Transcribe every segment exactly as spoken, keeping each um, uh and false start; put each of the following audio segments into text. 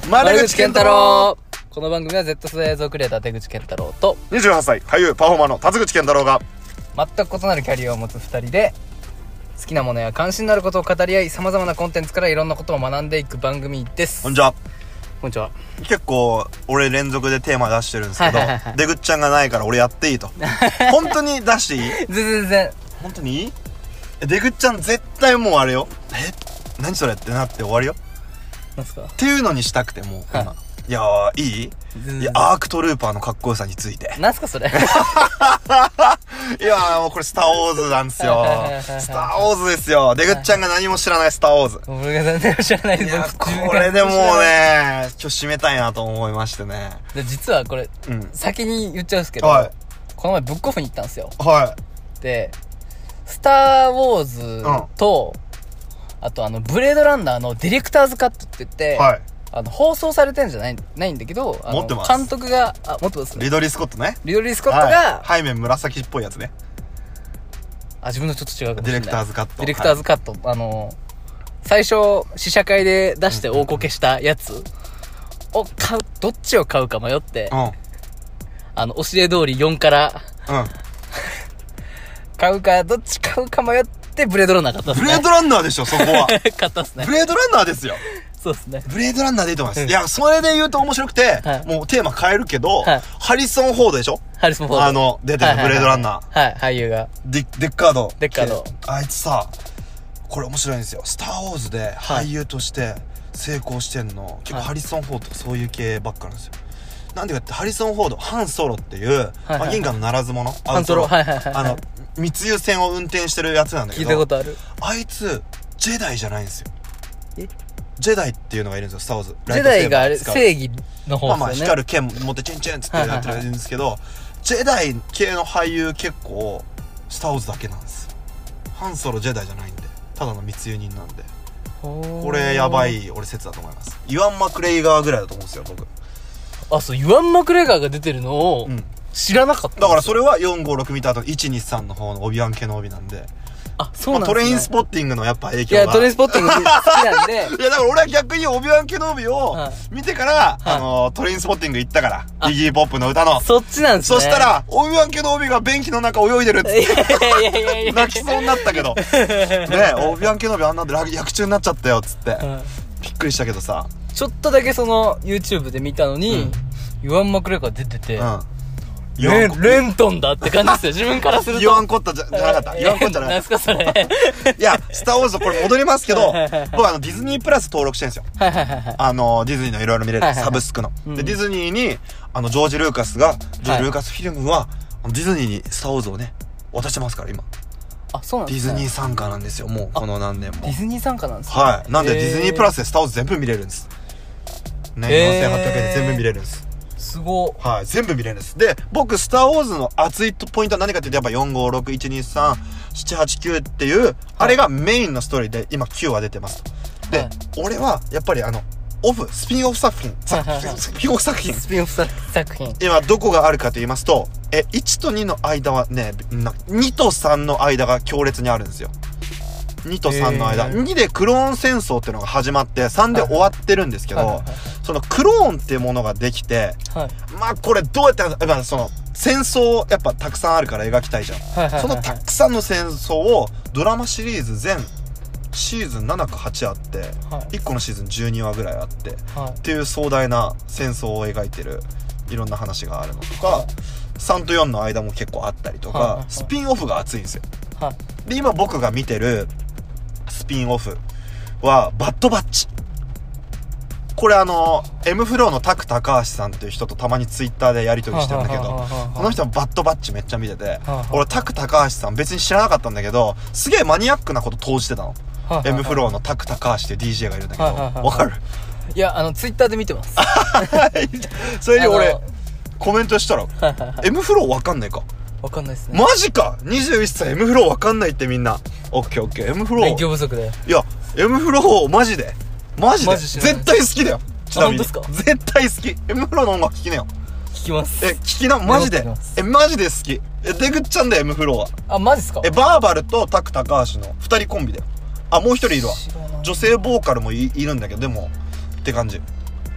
丸口健太郎。 この番組は Z 世代映像クリエイター手口健太郎とにじゅうはっさい俳優パフォーマーの田口健太郎が全く異なるキャリアを持つふたりで好きなものや関心のあることを語り合い、様々なコンテンツからいろんなことを学んでいく番組です。 こんにちは。 こんにちは。 結構俺連続でテーマ出してるんですけど、 はいはいはいはい、 出口ちゃんがないから俺やっていいと本当に出していい？ 全然全然本当にいい？出口ちゃん絶対もうあれよ、え何それってなって終わりよ。 なんすかっていうのにしたくてもう今、はい、いやーいい？いやアークトルーパーのかっこよさについて。 なんすかそれいやーもうこれスターウォーズなんですよスターウォーズですよ。出口ちゃんが何も知らないスターウォーズ。 俺が全然知らないです。いやこれでもうねちょっと締めたいなと思いましてね。 で実はこれ、うん、先に言っちゃうんですけど、 はい、 この前ブックオフに行ったんですよ。 はいでスターウォーズと、うん、あとあのブレードランナーのディレクターズカットって言って、はい、あの放送されてるんじゃないないんだけど、あの持ってます。 監督があ持ってますね。 リドリー・スコットね。 リドリー・スコットが、 はい、背面紫っぽいやつね。 あ自分のちょっと違うかもしれない。 ディレクターズカット。 ディレクターズカット、はい、あの最初試写会で出して大こけしたやつを買う、どっちを買うか迷って、うん、あの教え通りよんから、うん買うかどっち買うか迷ってブレードランナー買ったっすね。 ブレードランナーでしょそこは買ったっすね。 ブレードランナーですよ。 そうですね。 ブレードランナーでいいと思います。いやそれで言うと面白くて、はい、もうテーマ変えるけど、はい、ハリソン・フォードでしょ。 ハリソン・フォードあの出てるブレードランナー、 はい、はい、俳優がディデッカードデッカードあいつさこれ面白いんですよ。スター・ウォーズで俳優として成功してんの、はい、結構ハリソン・フォードとかそういう系ばっかなんですよ。なんでかってハリソン・フォードハンソロっていう、はいはいはい、まあ、銀河のならず者ハンソロ、はいはいはい、 あの密輸船を運転してるやつなんだけど、 聞いたことある。 あいつジェダイじゃないんですよ。 えジェダイっていうのがいるんですよスターウォーズ。 ジェダイがあれ正義の方ですよね。 まあまあ光る剣持ってチェンチェンっつってやってるんですけど、はいはいはい、ジェダイ系の俳優結構スターウォーズだけなんですよ。ハンソロジェダイじゃないんでただの密輸人なんで、これやばい俺説だと思います。イワン・マクレイガーぐらいだと思うんですよ僕。 あそうイワン・マクレガーが出てるのを、うん、知らなかったんですよ。 だからそれはよんごろく見た後のいちにさんの方のオビワン系の帯なんで。 あ、そうなんですね。まあ、 トレインスポッティングのやっぱ影響が。 いや、トレインスポッティング好きなんで。 いや、だから俺は逆にオビワン系の帯を見てから、はい、あのー、トレインスポッティング行ったから。イギーポップの歌の。 そっちなんですね。 そしたら、オビワン系の帯が便器の中泳いでるっつって。いやいやいやいや泣きそうになったけど。ねオビワン系の帯あんなんで薬中になっちゃったよっつって。うん、びっくりしたけどさ。 ちょっとだけその YouTube で見たのに、うん、イワン・マクレガー出てて、うんレン、レントンだって感じですよ自分からすると。 言わんこったじゃなかった言わんこっじゃなかったなんすかそれいやスターウォーズこれ戻りますけど僕あのディズニープラス登録してるんですよあのディズニーのいろいろ見れるサブスクの、でディズニーにあのジョージ・ルーカスがジョージ・ルーカスフィルムはディズニーにスターウォーズをね渡してますから今。 あそうなんですね。ディズニー傘下なんですよもうこの何年も。 ディズニー傘下なんですね。 はいなんでディズニープラスでスターウォーズ全部見れるんですね。よんせんはっぴゃくえんで全部見れるんです。 すごはい全部見れるんです。で僕スターウォーズの熱いポイントは何かっていうとやっぱよんごろくいちにさんななはちきゅうっていう、はい、あれがメインのストーリーで今きゅうわ出てますと。で、はい、俺はやっぱりあのオフスピンオフ作品、はいはいはい、スピンオフ作品スピンオフ作品今どこがあるかと言いますとえいちとにの間はねにとさんの間が強烈にあるんですよ。にとさんの間にでクローン戦争っていうのが始まってさんで終わってるんですけど、はいはいはい、そのクローンっていうものができて、はい、まあこれどうやってやっぱその戦争やっぱたくさんあるから描きたいじゃん、はいはいはいはい、そのたくさんの戦争をドラマシリーズ全シーズンななかはちあって、はい、いっこのシーズンじゅうにわぐらいあって、はい、っていう壮大な戦争を描いてるいろんな話があるのとか、はい、さんとよんの間も結構あったりとか、はいはいはい、スピンオフが熱いんですよ、はい、で今僕が見てるスピンオフはバッドバッチ。これあの M フローのタク高橋さんっていう人とたまにツイッターでやり取りしてるんだけどこの人はバッドバッチめっちゃ見てて俺タク高橋さん別に知らなかったんだけどすげえマニアックなこと投じてたの M フローのタク高橋っていう ディージェー がいるんだけどわかる？ いやあのツイッターで見てますそれに俺コメントしたら M フローわかんないかわかんないっすね。 マジか !にじゅういっさい M フローわかんないってみんな。オッケーオッケー M フロー。 勉強不足で。 いや、M フローマジで。マジで。マジ絶対好きだよ。ちなみに。 あ、本当ですか？ 絶対好き。M フローの音楽聴きなよ。 聴きます。 え、聴きな、マジで。え、マジで好き。え、出口ちゃんだよ M フローは。 あ、マジっすか？ え、バーバルとタク高橋の二人コンビだよ。あ、もう一人いるわ。女性ボーカルも い, いるんだけど、でも、って感じ。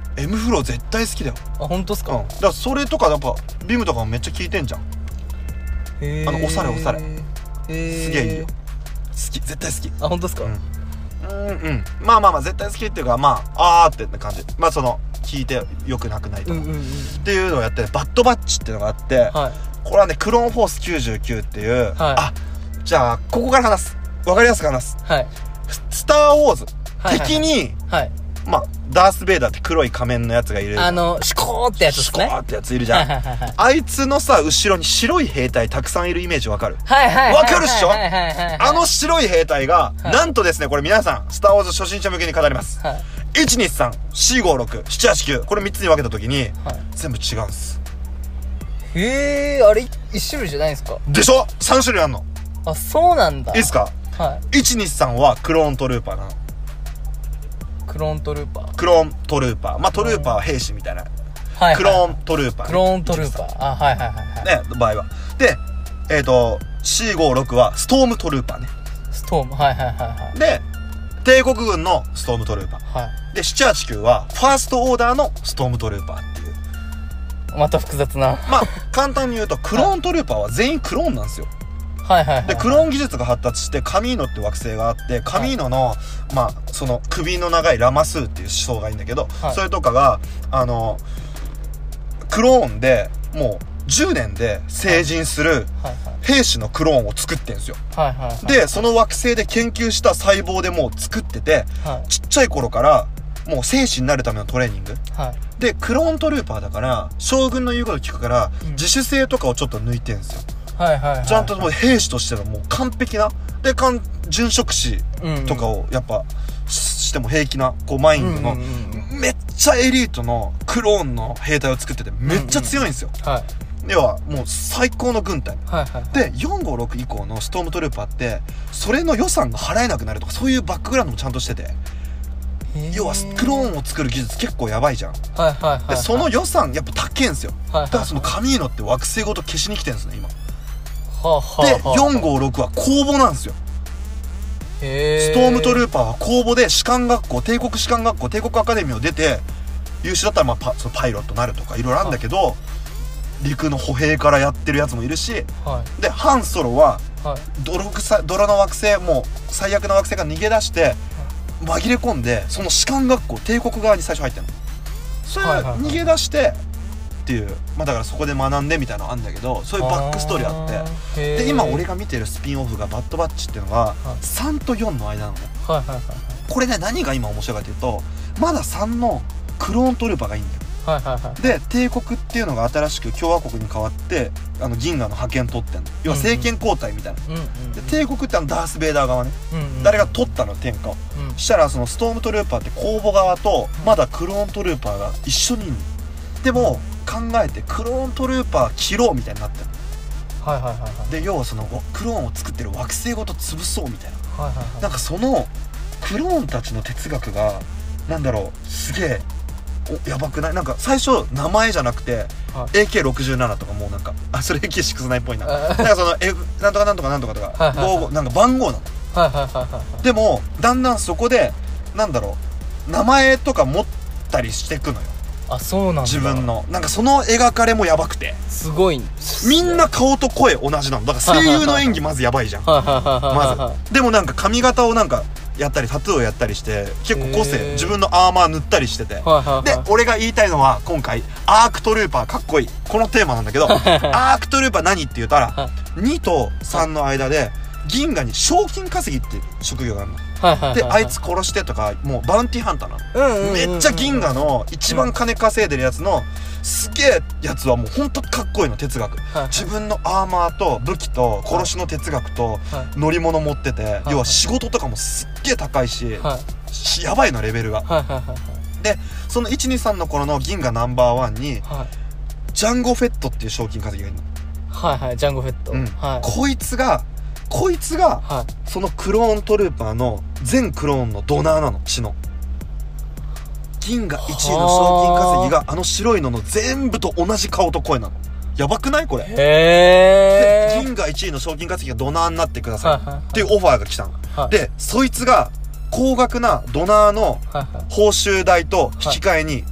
エムフロー絶対好きだよ。 あ、本当っすか？ うん。だからそれとかやっぱビムとかもめっちゃ効いてんじゃん。 へー。 あのおされおされ。 へー。 すげえいいよ。好き、絶対好き。 あ、本当っすか？ うんうんうん。まあまあまあ絶対好きっていうか、まああーって感じ。まあその聞いてよくなくないと思う、 うんうんうん、 っていうのをやってバッドバッチっていうのがあって、はい、これはねクローンフォースきゅうじゅうきゅうっていう、はい、あ、じゃあここから話す、わかりやすく話す、はい、スターウォーズ、はいはいはい、敵に、はい、まあダース・ベイダーって黒い仮面のやつがいる、 あのシコーってやつですね。 シコーってやついるじゃん、はいはいはいはい、あいつのさ後ろに白い兵隊たくさんいるイメージわかる？ はいはいはいわかるっしょ？あの白い兵隊が、はい、なんとですね、これ皆さんスター・ウォーズ初心者向けに語ります、はい、いちにさん よんごろく ななはちきゅう、これみっつに分けた時に、はい、全部違うんす。 へえ、あれ一種類じゃないんすか？ でしょ？さん種類あんの。 あ、そうなんだ。 いいっすか？はい。いちにさんはクローントルーパーなの。 クローントルーパークローントルーパー。まあ、トルーパーは兵士みたいな。はい。クローントルーパー、ね。 クローントルーパー。あ、はいはいはいはい。 ね、場合は。で、えっ、ー、と、よんごろくはストームトルーパーね。 ストーム、はいはいはいはい。 で、帝国軍のストームトルーパー。はい。で、ななはちきゅうはファーストオーダーのストームトルーパーっていう。 また複雑な。 まあ、簡単に言うと、クローントルーパーは全員クローンなんですよ。 はいはいはい、はい。 で、クローン技術が発達して、カミーノって惑星があって、カミーノの、はい、まあ、その首の長いラマスーっていう思想がいいんだけど、はい、それとかが、あの、クローンで、もうじゅうねんで成人する兵士のクローンを作ってんすよ。はいはいはい、で、その惑星で研究した細胞でもう作ってて、はい、ちっちゃい頃から、もう戦士になるためのトレーニング、はい、でクローントルーパーだから将軍の言うこと聞くから、うん、自主性とかをちょっと抜いてんすよ。はいはいはいはい、ちゃんともう兵士としてのもう完璧なで殉職士とかをやっぱしても平気なこうマインドの、うんうんうん、めっちゃエリートのクローンの兵隊を作っててめっちゃ強いんですよ、うんうん、はい、要はもう最高の軍隊、はいはいはい、でよんごろく以降のストームトルーパーってそれの予算が払えなくなるとかそういうバックグラウンドもちゃんとしてて、要はクローンを作る技術結構やばいじゃん、はいはいはいはい、でその予算やっぱ高いんですよ、はいはいはい、だからそのカミーノって惑星ごと消しに来てるんですね今、はあはあ、でよんごろくは公募なんですよ。ストームトルーパーは公募で士官学校、帝国士官学校、帝国アカデミーを出て優秀だったらまあ パ, そのパイロットになるとかいろいろあるんだけど、はい、陸の歩兵からやってるやつもいるし、はい、でハンソロは、はい、泥臭泥の惑星、もう最悪な惑星から逃げ出して、はい、紛れ込んでその士官学校帝国側に最初入ってるの。それ、はいはいはい、逃げ出してっていう、まあ、だからそこで学んでみたいなのあるんだけど、そういうバックストーリーあってで今俺が見てるスピンオフがバッドバッチっていうのが、はい、さんとよんの間なのね、はいはいはいはい、これね何が今面白いかというとまださんのクローントルーパーがいいんだよ、はいはいはい、で帝国っていうのが新しく共和国に変わってあの銀河の覇権取ってんの、要は政権交代みたいな、うんうん、で帝国ってあのダース・ベイダー側ね、うんうん、誰が取ったの天下を、うん、したらそのストームトルーパーって公募側とまだクローントルーパーが一緒にいるの。でも考えてクローントルーパー切ろうみたいになってる、はいはいはいはい、で要はそのクローンを作ってる惑星ごと潰そうみたいな、はいはいはい、なんかそのクローンたちの哲学がなんだろうすげえやばくない？なんか最初名前じゃなくて、はい、エーケーろくじゅうなな とかもうなんかあそれ エーケーろくじゅうきゅう っぽいななんかそのえなんとかなんとかなんとかとか、はいはいはい、なんか番号なの、はいはいはいはい、でもだんだんそこでなんだろう名前とか持ったりしていくのよ。あ、そうなんだ。自分のなんかその描かれもやばくてすごいみんな顔と声同じなのだから声優の演技まずやばいじゃんまずでもなんか髪型をなんかやったりタトゥーをやったりして結構個性自分のアーマー塗ったりしててで俺が言いたいのは今回アークトルーパーかっこいいこのテーマなんだけどアークトルーパー何って言ったらにとさんの間で銀河に賞金稼ぎっていう職業があるのであいつ殺してとかもうバウンティーハンターなの、めっちゃ銀河の一番金稼いでるやつのすげえやつはもうほんとかっこいいの哲学、自分のアーマーと武器と殺しの哲学と乗り物持ってて、要は仕事とかもすっげえ高いし、やばいのレベルが、でそのいちにさんの頃の銀河ナンバーワンにジャンゴフェットっていう賞金稼ぎがいるの。はいはい、ジャンゴフェット、うんはい、こいつがこいつが、はい、そのクローントルーパーの全クローンのドナーなの。血の銀河いちいの賞金稼ぎがあの白いのの全部と同じ顔と声なの。やばくないこれ。へー。銀河いちいの賞金稼ぎがドナーになってください、はいはいはい、っていうオファーが来たの、はい、でそいつが高額なドナーの報酬代と引き換えに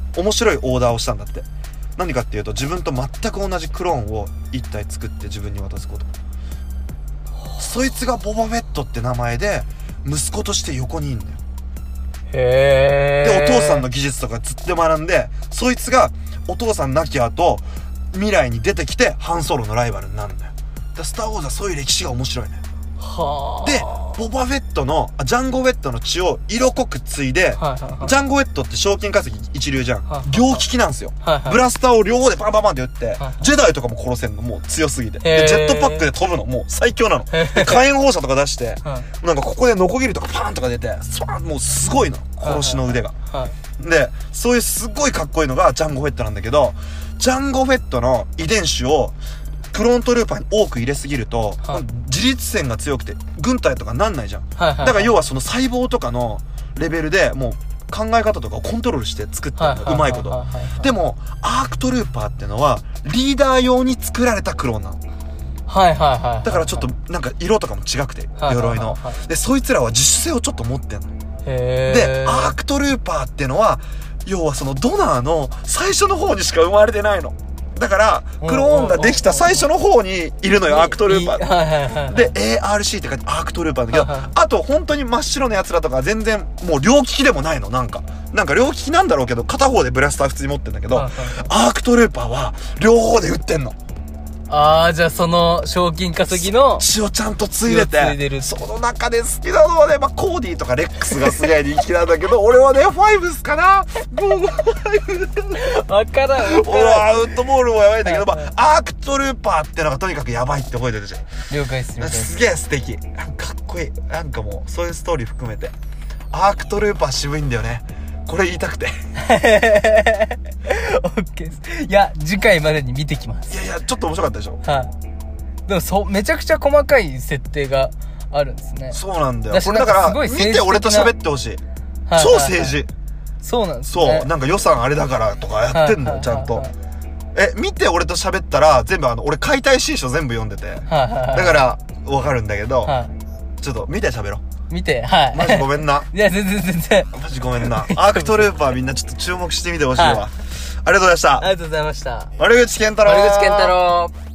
面白いオーダーをしたんだって。何かっていうと、自分と全く同じクローンを一体作って自分に渡すこと。そいつがボバフェットって名前で息子として横にいんだよ。 へー。 でお父さんの技術とかずっと学んで、そいつがお父さん亡き後未来に出てきてハンソロのライバルになるんだよ。でスターウォーズはそういう歴史が面白いね。 はでボバフェットのジャンゴフェットの血を色濃く継いで、はいはいはい、ジャンゴフェットって賞金稼ぎ一流じゃん、はいはい、両利きなんですよ、はいはい、ブラスターを両方でバンバンバンって打って、はいはい、ジェダイとかも殺せんの、もう強すぎて。でジェットパックで飛ぶのもう最強なの。で火炎放射とか出して、はい、なんかここでノコギリとかパーンとか出てスパーン、もうすごいの殺しの腕が、はいはいはい、でそういうすごいかっこいいのがジャンゴフェットなんだけど、ジャンゴフェットの遺伝子をクローントルーパーに多く入れすぎると、はい、自律線が強くて軍隊とかなんないじゃん、はいはいはい、だから要はその細胞とかのレベルでもう考え方とかをコントロールして作ってるの、うまいこと。でもアークトルーパーってのはリーダー用に作られたクローンなの。 はいはいはい。 だからちょっとなんか色とかも違くて、鎧の。でそいつらは自主性をちょっと持ってんの。 へー。 でアークトルーパーってのは要はそのドナーの最初の方にしか生まれてないの。だからクローンができた最初の方にいるのよ、アークトルーパーで エーアールシー って書いてアークトルーパーだけど、あと本当に真っ白なやつらとか全然もう両利きでもないの。なんかなんか両利きなんだろうけど片方でブラスター普通に持ってんだけど、アークトルーパーは両方で撃ってんの。 ああ、じゃあその賞金稼ぎの血をちゃんと継いでて、その中で好きなのはね、まあコーディとかレックスがすげえ人気なんだけど俺はねファイブスかな。もうわからん。 俺はアウトボールもやばいんだけど、まあアークトルーパーってのがとにかくやばいって覚えてるじゃん。 了解っす。 すげえ素敵、かっこいい。なんかもうそういうストーリー含めてアークトルーパー渋いんだよね。これ言いたくてオッケーです。いや次回までに見てきます。 いやいやちょっと面白かったでしょ。 はい、でもそめちゃくちゃ細かい設定があるんですね。 そうなんだよ。これだから見て俺と喋ってほしい。超政治。 そうなんですね。 そうなんか予算あれだからとかやってんのよちゃんと。え見て俺と喋ったら全部あの俺解体新書全部読んでて、だからわかるんだけど、ちょっと見て喋ろう。 見て、はい。 マジごめんな。 いや、全然全然。 マジごめんな。アークトルーパーみんなちょっと注目してみてほしいわ。はい、ありがとうございました。 ありがとうございました。 丸口健太郎。 丸口健太郎。